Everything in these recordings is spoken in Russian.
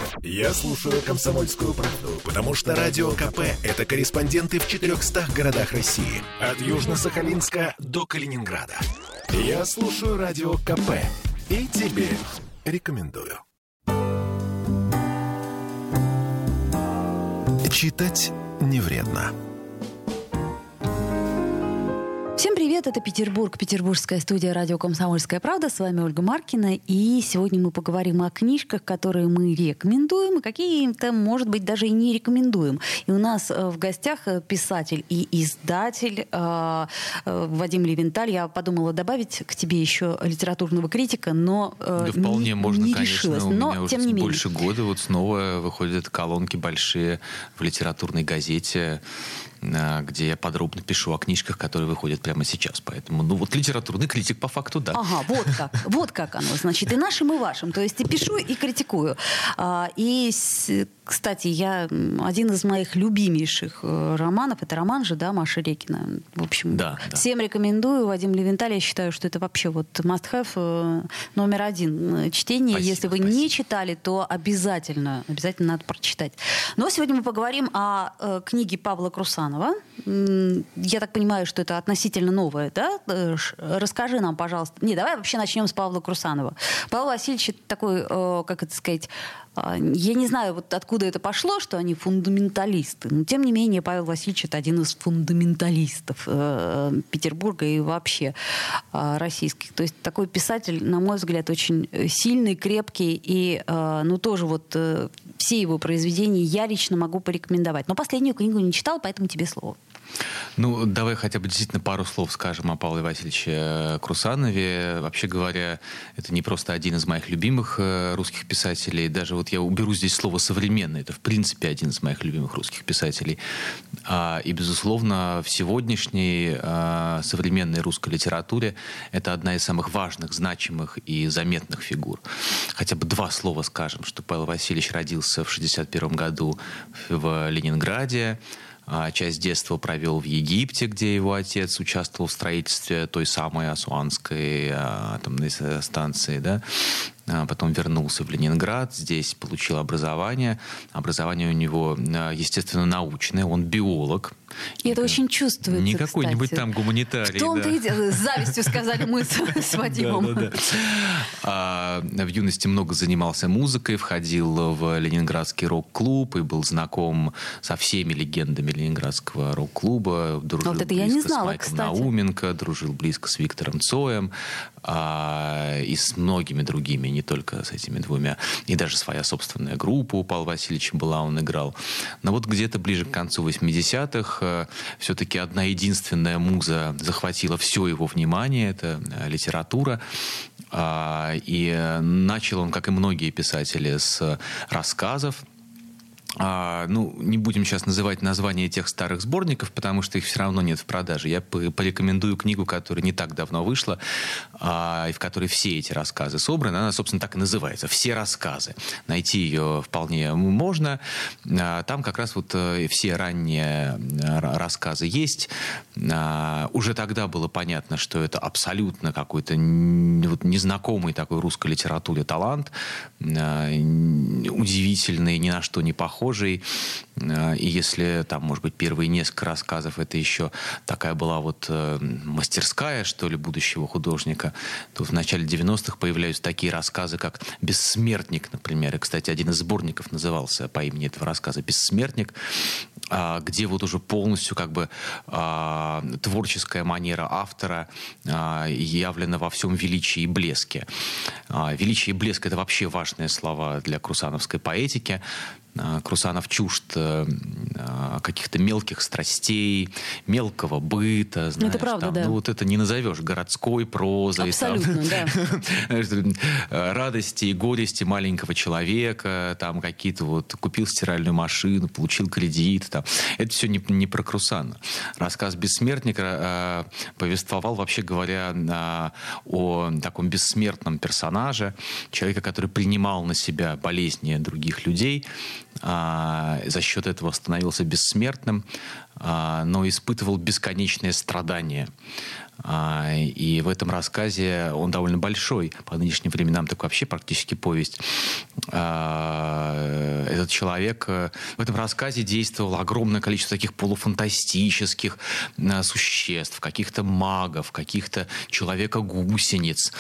Я слушаю «Комсомольскую правду», потому что Радио КП – это корреспонденты в 400 городах России. От Южно-Сахалинска до Калининграда. Я слушаю Радио КП и тебе рекомендую. Читать не вредно. Всем привет, это Петербург, петербургская студия радио «Комсомольская правда». С вами Ольга Маркина, и сегодня мы поговорим о книжках, которые мы рекомендуем, и какие-то, может быть, даже и не рекомендуем. И у нас в гостях писатель и издатель Вадим Левенталь. Я подумала добавить к тебе еще литературного критика, но да вполне можно, не конечно. решилась. У Но, меня тем уже не менее. больше года вот снова выходят колонки большие в литературной газете, где я подробно пишу о книжках, которые выходят прямо сейчас. Поэтому, вот литературный критик по факту, да. Ага, вот как оно, значит, и нашим, и вашим. То есть и пишу, и критикую. Кстати, один из моих любимейших романов, это роман же, да, Маши Рекина. В общем, да. Всем рекомендую. Вадим Левенталь, я считаю, что это вообще вот must-have номер один чтение. Спасибо, Если вы не читали, то обязательно надо прочитать. Но сегодня мы поговорим о книге Павла Крусанова. Я так понимаю, что это относительно новое, да? Расскажи нам, пожалуйста. Давай вообще начнем с Павла Крусанова. Павел Васильевич такой, как это сказать, я не знаю, вот откуда это пошло, что они фундаменталисты. Но, тем не менее, Павел Васильевич — это один из фундаменталистов Петербурга и вообще российских. То есть такой писатель, на мой взгляд, очень сильный, крепкий. И тоже вот все его произведения я лично могу порекомендовать. Но последнюю книгу не читал, поэтому тебе слово. Давай хотя бы действительно пару слов скажем о Павле Васильевиче Крусанове. Вообще говоря, это не просто один из моих любимых русских писателей. Даже вот я уберу здесь слово «современный». Это, в принципе, один из моих любимых русских писателей. И, безусловно, в сегодняшней современной русской литературе это одна из самых важных, значимых и заметных фигур. Хотя бы два слова скажем, что Павел Васильевич родился в 1961 году в Ленинграде. Часть детства провел в Египте, где его отец участвовал в строительстве той самой Асуанской атомной станции, да. Потом вернулся в Ленинград, здесь получил образование. Образование у него, естественно, научное, он биолог. И это очень чувствуется, не какой-нибудь кстати. Там гуманитарий. В том-то и дело, с завистью сказали мы с Вадимом. В юности много занимался музыкой, входил в Ленинградский рок-клуб и был знаком со всеми легендами Ленинградского рок-клуба. Дружил вот это я не знала, с Майком кстати. Науменко, дружил близко с Виктором Цоем и с многими другими, не только с этими двумя. И даже своя собственная группа у Павла Васильевича была, он играл. Но вот где-то ближе к концу 80-х все-таки одна единственная муза захватила все его внимание, это литература. И начал он, как и многие писатели, с рассказов. Не будем сейчас называть названия тех старых сборников, потому что их все равно нет в продаже. Я порекомендую книгу, которая не так давно вышла, и в которой все эти рассказы собраны. Она, собственно, так и называется «Все рассказы». Найти ее вполне можно. Там как раз вот все ранние рассказы есть. Уже тогда было понятно, что это абсолютно какой-то незнакомый такой русской литературе талант, удивительный, ни на что не похожий. И если там, может быть, первые несколько рассказов это еще такая была вот мастерская, что ли, будущего художника, то в начале 90-х появляются такие рассказы, как «Бессмертник», например. И, кстати, один из сборников назывался по имени этого рассказа «Бессмертник», где вот уже полностью как бы творческая манера автора явлена во всем величии и блеске. Величие и блеск — это вообще важные слова для крусановской поэтики. Крусанов чужд каких-то мелких страстей, мелкого быта, знаешь, это правда, там, да. вот это не назовешь городской прозой. Абсолютно, да. Радости и горести маленького человека, там какие-то вот купил стиральную машину, получил кредит, там. Это все не про Крусана. Рассказ «Бессмертника» повествовал, вообще говоря, о таком бессмертном персонаже, человека, который принимал на себя болезни других людей, за счет этого становился бессмертным, но испытывал бесконечные страдания. И в этом рассказе он довольно большой, по нынешним временам так вообще практически повесть, человек, в этом рассказе действовало огромное количество таких полуфантастических существ, каких-то магов, каких-то человека-гусениц,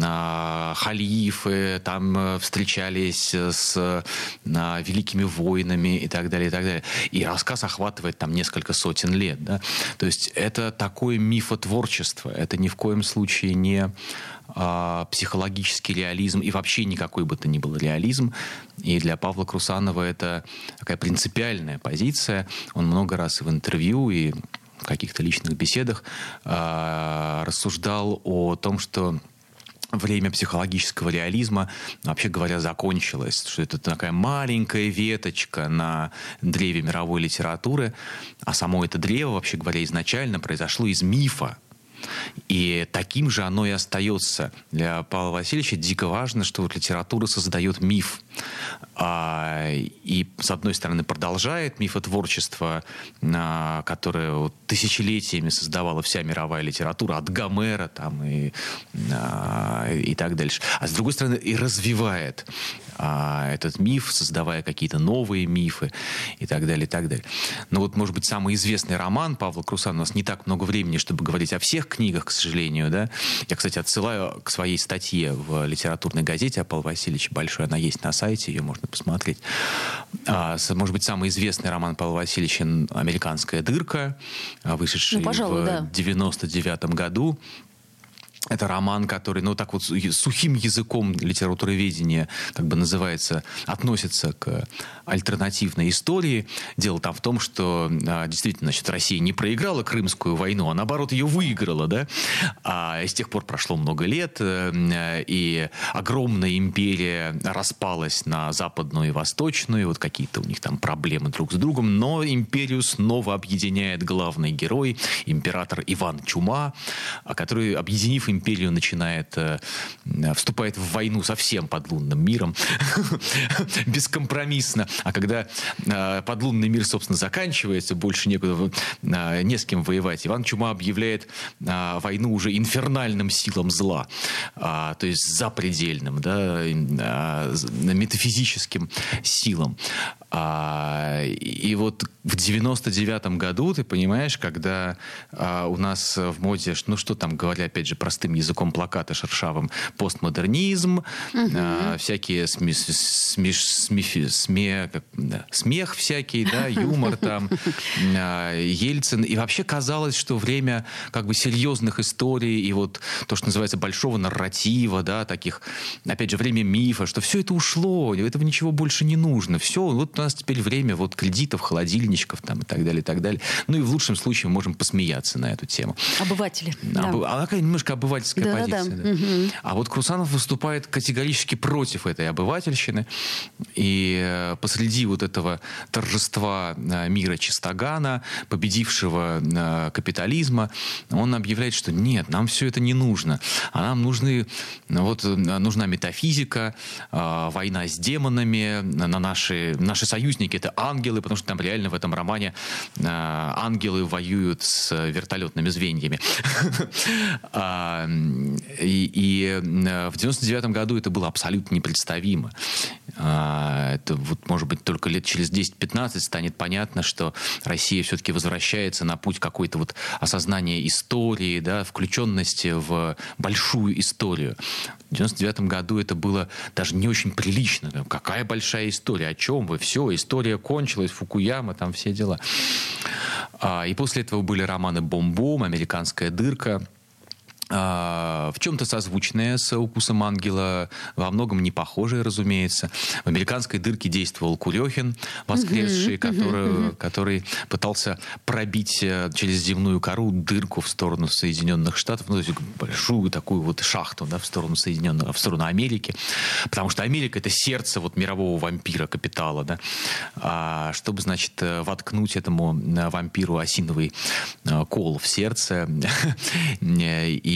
халифы там встречались с великими воинами и так далее, и так далее. И рассказ охватывает там несколько сотен лет. Да? То есть это такое мифотворчество, это ни в коем случае не психологический реализм и вообще никакой бы то ни был реализм. И для Павла Крусанова это такая принципиальная позиция. Он много раз и в интервью, и в каких-то личных беседах рассуждал о том, что время психологического реализма, вообще говоря, закончилось. Что это такая маленькая веточка на древе мировой литературы. А само это древо, вообще говоря, изначально произошло из мифа. И таким же оно и остается. Для Павла Васильевича дико важно, что вот литература создает миф. И, с одной стороны, продолжает мифотворчество, которое вот тысячелетиями создавала вся мировая литература, от Гомера там, и так дальше. А с другой стороны, и развивает этот миф, создавая какие-то новые мифы и так далее, и так далее. Но вот, может быть, самый известный роман Павла Крусанова, у нас не так много времени, чтобы говорить о всех книгах, к сожалению, да. Я, кстати, отсылаю к своей статье в литературной газете о Павле Васильевиче большой, она есть на сайте, ее можно посмотреть. Может быть, самый известный роман Павла Васильевича «Американская дырка», вышедший в 1999 году. Это роман, который, так вот, сухим языком литературоведения как бы называется, относится к альтернативной истории. Дело там в том, что действительно, значит, Россия не проиграла Крымскую войну, а наоборот ее выиграла, да? И с тех пор прошло много лет, и огромная империя распалась на западную и восточную, вот какие-то у них там проблемы друг с другом, но империю снова объединяет главный герой, император Иван Чума, который, объединив империю, вступает в войну со всем подлунным миром бескомпромиссно. А когда подлунный мир, собственно, заканчивается, больше не с кем воевать, Иван Чума объявляет войну уже инфернальным силам зла, то есть запредельным, да, метафизическим силам. И вот в 99-м году, ты понимаешь, когда у нас в моде, что там, говоря, опять же, простым языком плаката шершавым, постмодернизм, всякие смех всякий, да, юмор там, Ельцин. И вообще казалось, что время как бы серьезных историй и вот то, что называется большого нарратива, да, таких, опять же, время мифа, что все это ушло, этого ничего больше не нужно. Все, вот у нас теперь время вот кредитов, холодильничков там, и так далее, и так далее. Ну и в лучшем случае мы можем посмеяться на эту тему. Обыватели. Она такая немножко обывательская позиция. Да. Угу. А вот Крусанов выступает категорически против этой обывательщины. И посреди вот этого торжества мира Чистогана, победившего капитализма, он объявляет, что нет, нам все это не нужно. А нам нужна метафизика, война с демонами, наши союзники — это ангелы, потому что там реально в этом романе ангелы воюют с вертолетными звеньями. И в 99-м году это было абсолютно непредставимо. Это вот, может быть, только лет через 10-15 станет понятно, что Россия все-таки возвращается на путь какой-то вот осознания истории, да, включенности в большую историю. В 99-м году это было даже не очень прилично. Какая большая история? О чем вы? Все, история кончилась, Фукуяма, там все дела. И после этого были романы «Бом-бом», «Американская дырка». В чем-то созвучные с «Укусом ангела», во многом не похожие, разумеется. В «Американской дырке» действовал Курехин, воскресший, который пытался пробить через земную кору дырку в сторону Соединенных Штатов, большую такую вот шахту, да, в сторону Америки, потому что Америка — это сердце вот мирового вампира капитала, да, чтобы, значит, воткнуть этому вампиру осиновый кол в сердце. И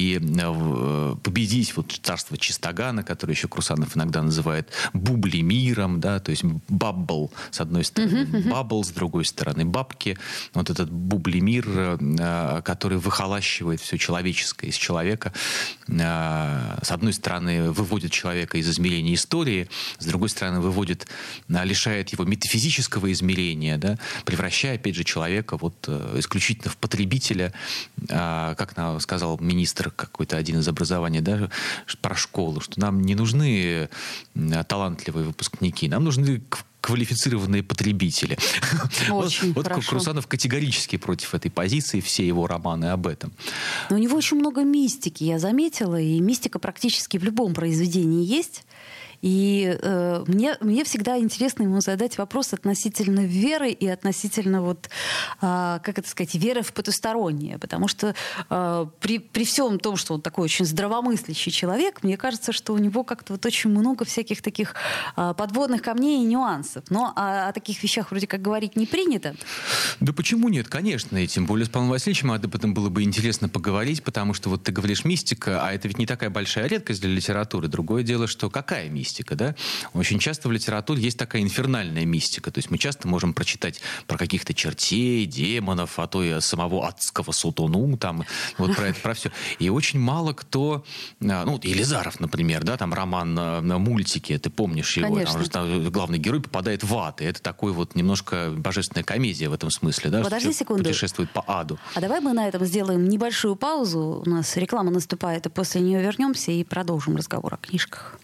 и победить вот царство Чистогана, которое еще Крусанов иногда называет бублимиром, да, то есть баббл с одной стороны, баббл с другой стороны, бабки. Вот этот бублимир, который выхолащивает все человеческое из человека. С одной стороны, выводит человека из измерения истории, с другой стороны, лишает его метафизического измерения, да, превращая, опять же, человека вот исключительно в потребителя, как сказал министр какой-то один из образования, да, про школу, что нам не нужны талантливые выпускники, нам нужны квалифицированные потребители. Очень вот хорошо. Крусанов категорически против этой позиции, все его романы об этом. Но у него очень много мистики, я заметила, и мистика практически в любом произведении есть. И мне всегда интересно ему задать вопрос относительно веры и относительно веры в потустороннее. Потому что при всем том, что он такой очень здравомыслящий человек, мне кажется, что у него как-то вот очень много всяких таких подводных камней и нюансов. Но о таких вещах вроде как говорить не принято. Да почему нет? Конечно. И тем более с Павлом Васильевичем об этом было бы интересно поговорить, потому что вот ты говоришь мистика, а это ведь не такая большая редкость для литературы. Другое дело, что какая мистика? Да? Очень часто в литературе есть такая инфернальная мистика. То есть мы часто можем прочитать про каких-то чертей, демонов, а то и самого адского сатану, там, вот про это, про все. И очень мало кто... Елизаров, например, да, там роман на мультике, ты помнишь его? Там главный герой попадает в ад. И это такой вот немножко божественная комедия в этом смысле. Да, подожди секунду. Путешествует по аду. А давай мы на этом сделаем небольшую паузу. У нас реклама наступает, и после нее вернемся и продолжим разговор о книжках.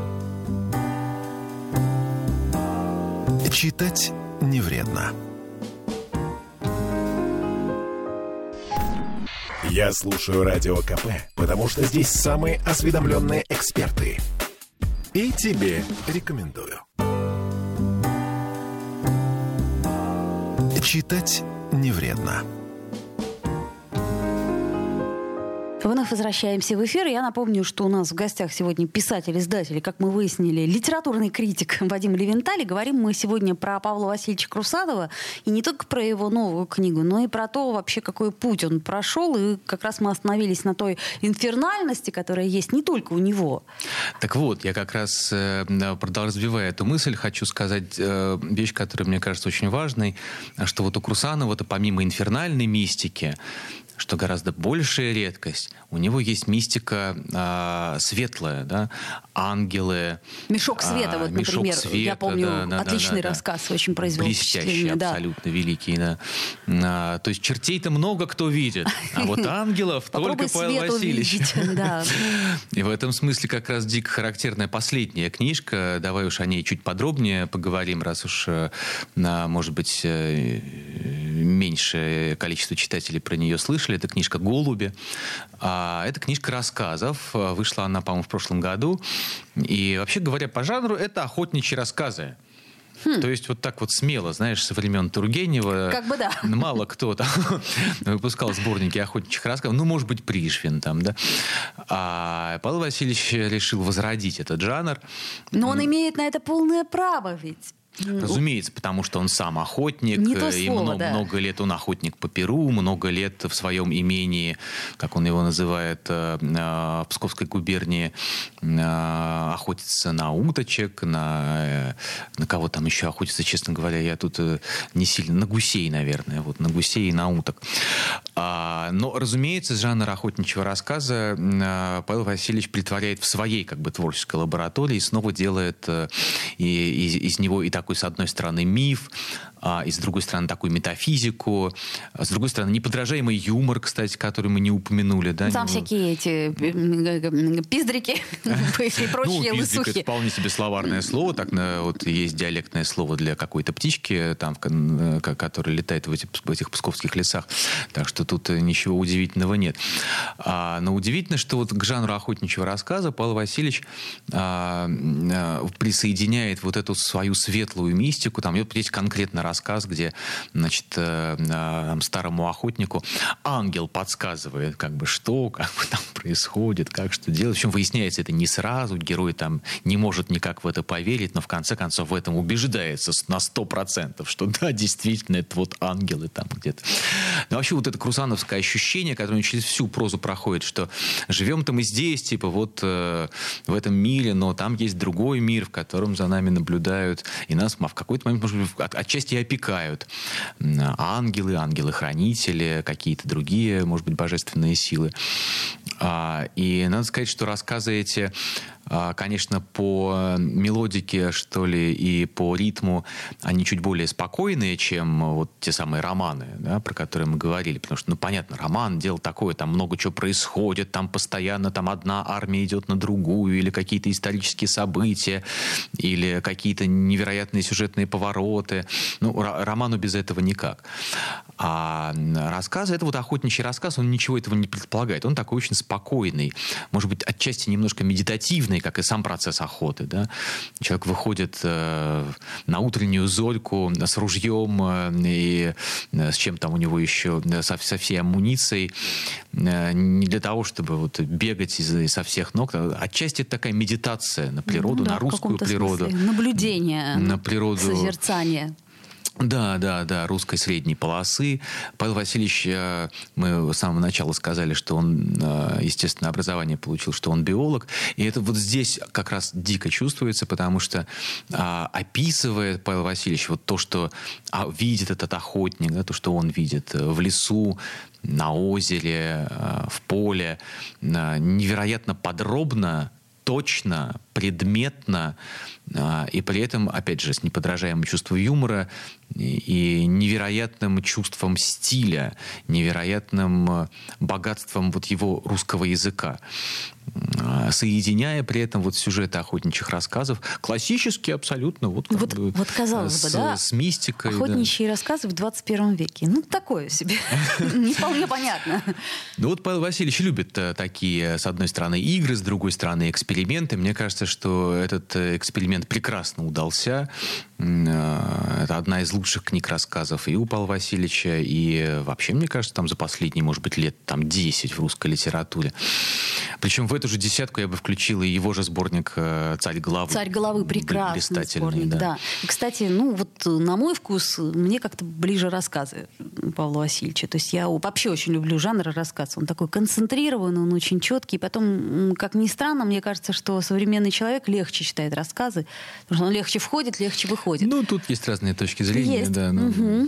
Читать не вредно. Я слушаю Радио КП, потому что здесь самые осведомленные эксперты. И тебе рекомендую. Читать не вредно. Вновь возвращаемся в эфир. Я напомню, что у нас в гостях сегодня писатель-издатель, как мы выяснили, литературный критик Вадим Левенталь. И говорим мы сегодня про Павла Васильевича Крусанова. И не только про его новую книгу, но и про то, вообще, какой путь он прошел. И как раз мы остановились на той инфернальности, которая есть не только у него. Так вот, я как раз, развивая эту мысль, хочу сказать вещь, которая мне кажется очень важной, что вот у Крусанова-то помимо инфернальной мистики, что гораздо большая редкость, у него есть мистика светлая, да, ангелы. «Мешок света», вот, «Мешок например, света», я помню, отличный рассказ, очень произвел впечатление. Блестящий, абсолютно великий. Да. То есть чертей-то много кто видит, а вот ангелов только Павел Васильевич. И в этом смысле как раз дико характерная последняя книжка. Давай уж о ней чуть подробнее поговорим, раз уж, может быть, меньшее количество читателей про нее слышали. Это книжка «Голуби». Это книжка рассказов. Вышла она, по-моему, в прошлом году. И, вообще говоря, по жанру это охотничьи рассказы. То есть вот так вот смело, знаешь, со времен Тургенева как бы да. Мало кто там выпускал сборники охотничьих рассказов. Ну, может быть, Пришвин там, да. А Павел Васильевич решил возродить этот жанр. Но он имеет на это полное право ведь. Разумеется, потому что он сам охотник, и много лет он охотник по Перу, много лет в своем имении, как он его называет, в Псковской губернии, охотится на уточек, на кого там еще охотится, честно говоря, я тут не сильно, на гусей, наверное, вот, на гусей и на уток. Но, разумеется, жанр охотничьего рассказа Павел Васильевич притворяет в своей как бы творческой лаборатории и снова делает из него и такой, с одной стороны, миф, и с другой стороны, такую метафизику, с другой стороны, неподражаемый юмор, кстати, который мы не упомянули. Да? Там всякие эти пиздрики и прочие лысухи. Пиздрик — это вполне себе словарное слово. Так, вот есть диалектное слово для какой-то птички, там, которая летает в этих псковских лесах. Так что тут ничего удивительного нет. Но удивительно, что вот к жанру охотничьего рассказа Павел Васильевич присоединяет вот эту свою светлую светлую мистику. Там есть конкретно рассказ, где, значит, старому охотнику ангел подсказывает, как бы, что как бы там происходит, как что делать. В общем, выясняется это не сразу. Герой там не может никак в это поверить, но в конце концов в этом убеждается на 100%, что да, действительно, это вот ангелы там где-то. Но вообще вот это крусановское ощущение, которое через всю прозу проходит, что живем-то мы здесь, типа вот в этом мире, но там есть другой мир, в котором за нами наблюдают, и нас в какой-то момент, может быть, отчасти опекают. Ангелы, ангелы-хранители, какие-то другие, может быть, божественные силы. И надо сказать, что рассказы эти, конечно, по мелодике, что ли, и по ритму, они чуть более спокойные, чем вот те самые романы, да, про которые мы говорили. Потому что, ну, понятно, роман, дело такое, там много чего происходит, там постоянно там одна армия идет на другую, или какие-то исторические события, или какие-то невероятные сюжетные повороты. Ну, роману без этого никак. А рассказы, это вот охотничий рассказ, он ничего этого не предполагает. Он такой очень спокойный, может быть, отчасти немножко медитативный, как и сам процесс охоты. Да? Человек выходит на утреннюю зорьку с ружьем и с чем там у него еще, со всей амуницией, не для того, чтобы вот бегать со всех ног. Отчасти это такая медитация на природу, на русскую природу. Наблюдение, на природу, созерцание. Да, русской средней полосы. Павел Васильевич, мы с самого начала сказали, что он естественное образование получил, что он биолог. И это вот здесь как раз дико чувствуется, потому что описывает Павел Васильевич вот то, что видит этот охотник, да, то, что он видит в лесу, на озере, в поле, невероятно подробно, точно, предметно, и при этом, опять же, с неподражаемым чувством юмора и невероятным чувством стиля, невероятным богатством вот его русского языка, соединяя при этом вот сюжеты охотничьих рассказов, классические абсолютно, вот казалось бы, да, с мистикой. Охотничьи рассказы в 21 веке. Ну, такое себе. Не вполне понятно. Ну, вот Павел Васильевич любит такие, с одной стороны, игры, с другой стороны, эксперименты. Мне кажется, что этот эксперимент прекрасно удался. Это одна из лучших книг рассказов и у Павла Васильевича, и вообще, мне кажется, там за последние, может быть, лет там 10 в русской литературе. Причем в эту же десятку я бы включил и его же сборник «Царь головы». «Царь головы» — прекрасный сборник, да. И, кстати, ну вот на мой вкус, мне как-то ближе рассказы Павла Васильевича. То есть я вообще очень люблю жанр рассказа. Он такой концентрированный, он очень четкий. Потом, как ни странно, мне кажется, что современный человек легче читает рассказы, потому что он легче входит, легче выходит. Ну, тут есть разные точки зрения. Есть. Да, Угу.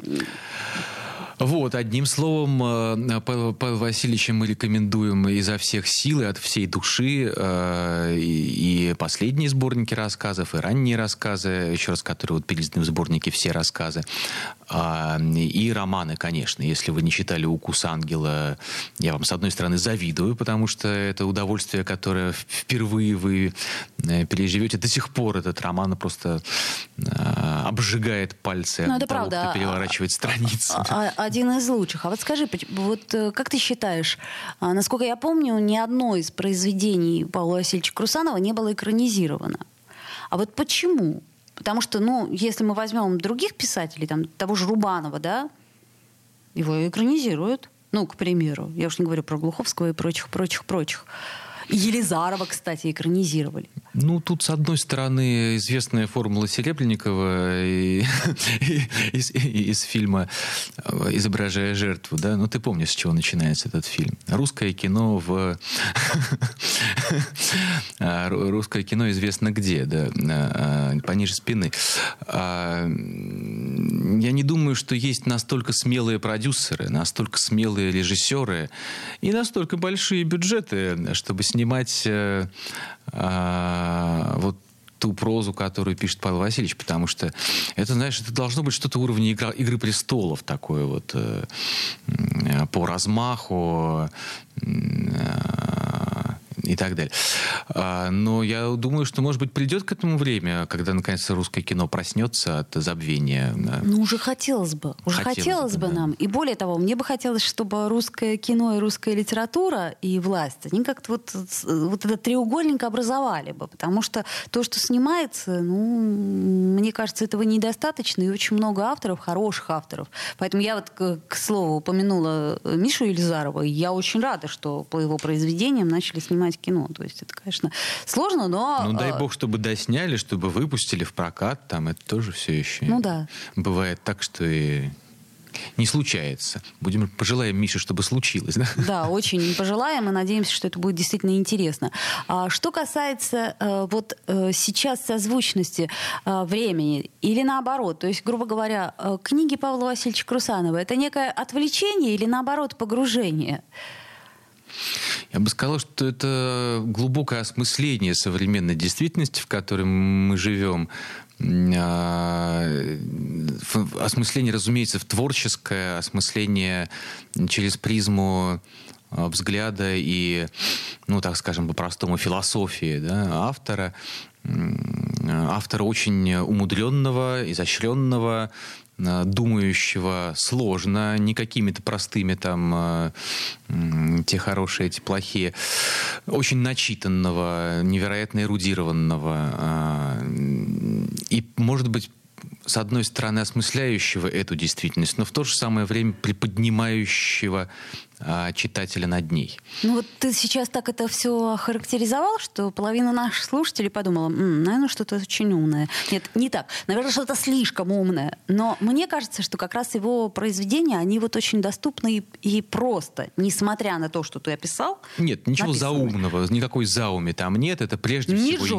Вот, одним словом, Павла Васильевича мы рекомендуем изо всех сил и от всей души. И последние сборники рассказов, и ранние рассказы, еще раз, которые вот переизданы в сборнике «Все рассказы». И романы, конечно. Если вы не читали «Укус ангела», я вам, с одной стороны, завидую, потому что это удовольствие, которое впервые вы переживете. До сих пор этот роман просто обжигает пальцы от того, кто переворачивает страницы. Один из лучших. А вот скажи, вот как ты считаешь, насколько я помню, ни одно из произведений Павла Васильевича Крусанова не было экранизировано. А вот почему? Потому что, ну, если мы возьмем других писателей, там, того же Рубанова, да, его экранизируют. Ну, к примеру. Я уж не говорю про Глуховского и прочих. Елизарова, кстати, экранизировали. Ну, тут, с одной стороны, известная формула Серебренникова из фильма «Изображая жертву». Да? Ну, ты помнишь, с чего начинается этот фильм. Русское кино Русское кино известно где, да, пониже спины. Я не думаю, что есть настолько смелые продюсеры, настолько смелые режиссеры и настолько большие бюджеты, чтобы снимать вот ту прозу, которую пишет Павел Васильевич, потому что это, знаешь, это должно быть что-то уровня «Игры престолов», такое вот по размаху и так далее. Но я думаю, что, может быть, придет к этому время, когда, наконец, русское кино проснется от забвения. Ну, уже хотелось бы. Хотелось бы нам. И более того, мне бы хотелось, чтобы русское кино и русская литература и власть, они как-то вот этот треугольник образовали бы. Потому что то, что снимается, ну, мне кажется, этого недостаточно, и очень много авторов, хороших авторов. Поэтому я вот, к слову, упомянула Мишу Елизарова, и я очень рада, что по его произведениям начали снимать кино. То есть это, конечно, сложно, но... Ну, дай бог, чтобы досняли, чтобы выпустили в прокат, там это тоже все еще... Ну да. Бывает так, что и... не случается. Пожелаем Мише, чтобы случилось. Да? Да, очень пожелаем и надеемся, что это будет действительно интересно. Что касается вот сейчас созвучности времени или наоборот, то есть, грубо говоря, книги Павла Васильевича Крусанова — это некое отвлечение или наоборот погружение? Я бы сказал, что это глубокое осмысление современной действительности, в которой мы живем. Осмысление, разумеется, в творческое, осмысление через призму взгляда и, ну, так скажем, по-простому, философии, да, автора. Автора очень умудренного, изощренного, думающего сложно, не какими-то простыми там те хорошие, эти плохие, очень начитанного, невероятно эрудированного и, может быть, с одной стороны, осмысляющего эту действительность, но в то же самое время приподнимающего читателя над ней. Ну вот ты сейчас так это все охарактеризовал, что половина наших слушателей подумала, наверное, что-то очень умное. Нет, не так. Наверное, что-то слишком умное. Но мне кажется, что как раз его произведения, они вот очень доступны и просто, несмотря на то, что ты описал. Нет, ничего написаны. заумного, никакой зауми там нет. Это прежде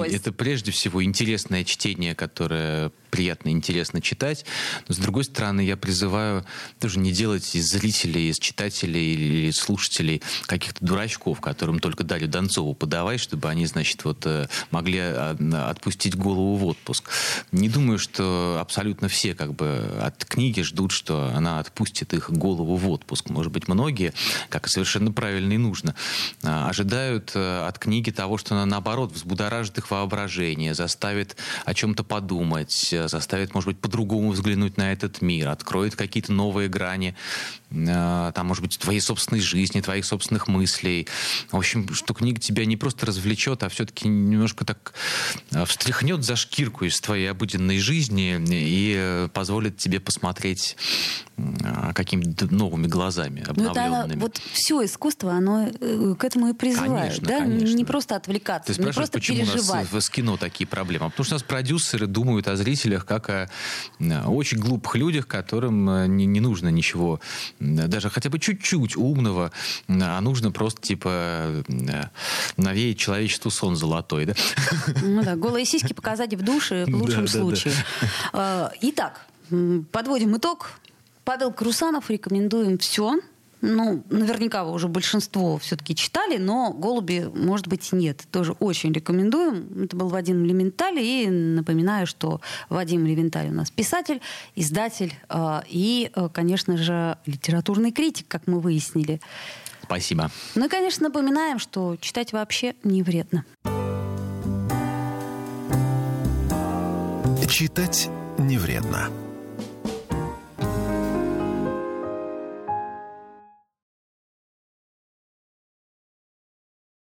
всего интересное чтение, которое приятно и интересно читать. Но, с другой стороны, я призываю тоже не делать из зрителей, из читателей или слушателей каких-то дурачков, которым только дали Донцову подавай, чтобы они, значит, вот могли отпустить голову в отпуск. Не думаю, что абсолютно все как бы от книги ждут, что она отпустит их голову в отпуск. Может быть, многие, как и совершенно правильно и нужно, ожидают от книги того, что она, наоборот, взбудоражит их воображение, заставит о чем-то подумать, заставит, может быть, по-другому взглянуть на этот мир, откроет какие-то новые грани, там, может быть, твоей собственной жизни, твоих собственных мыслей. В общем, что книга тебя не просто развлечет, а все-таки немножко так встряхнет за шкирку из твоей обыденной жизни и позволит тебе посмотреть какими-то новыми глазами, обновленными. Вот все искусство, оно к этому и призывает. Конечно, да? конечно. Не просто отвлекаться, Ты не просто переживать. Почему у нас с кино такие проблемы? Потому что у нас продюсеры думают о зрителях как о очень глупых людях, которым не нужно ничего, даже хотя бы чуть-чуть умного, а нужно просто, типа, навеять человечеству сон золотой, да? Ну да, голые сиськи показать в душе в лучшем случае. Итак, подводим итог. Павел Крусанов, рекомендуем все. Ну, наверняка вы уже большинство все-таки читали, но «Голуби», может быть, нет. Тоже очень рекомендуем. Это был Вадим Левенталь. И напоминаю, что Вадим Левенталь у нас писатель, издатель и, конечно же, литературный критик, как мы выяснили. Спасибо. Ну и, конечно, напоминаем, что читать вообще не вредно. Читать не вредно.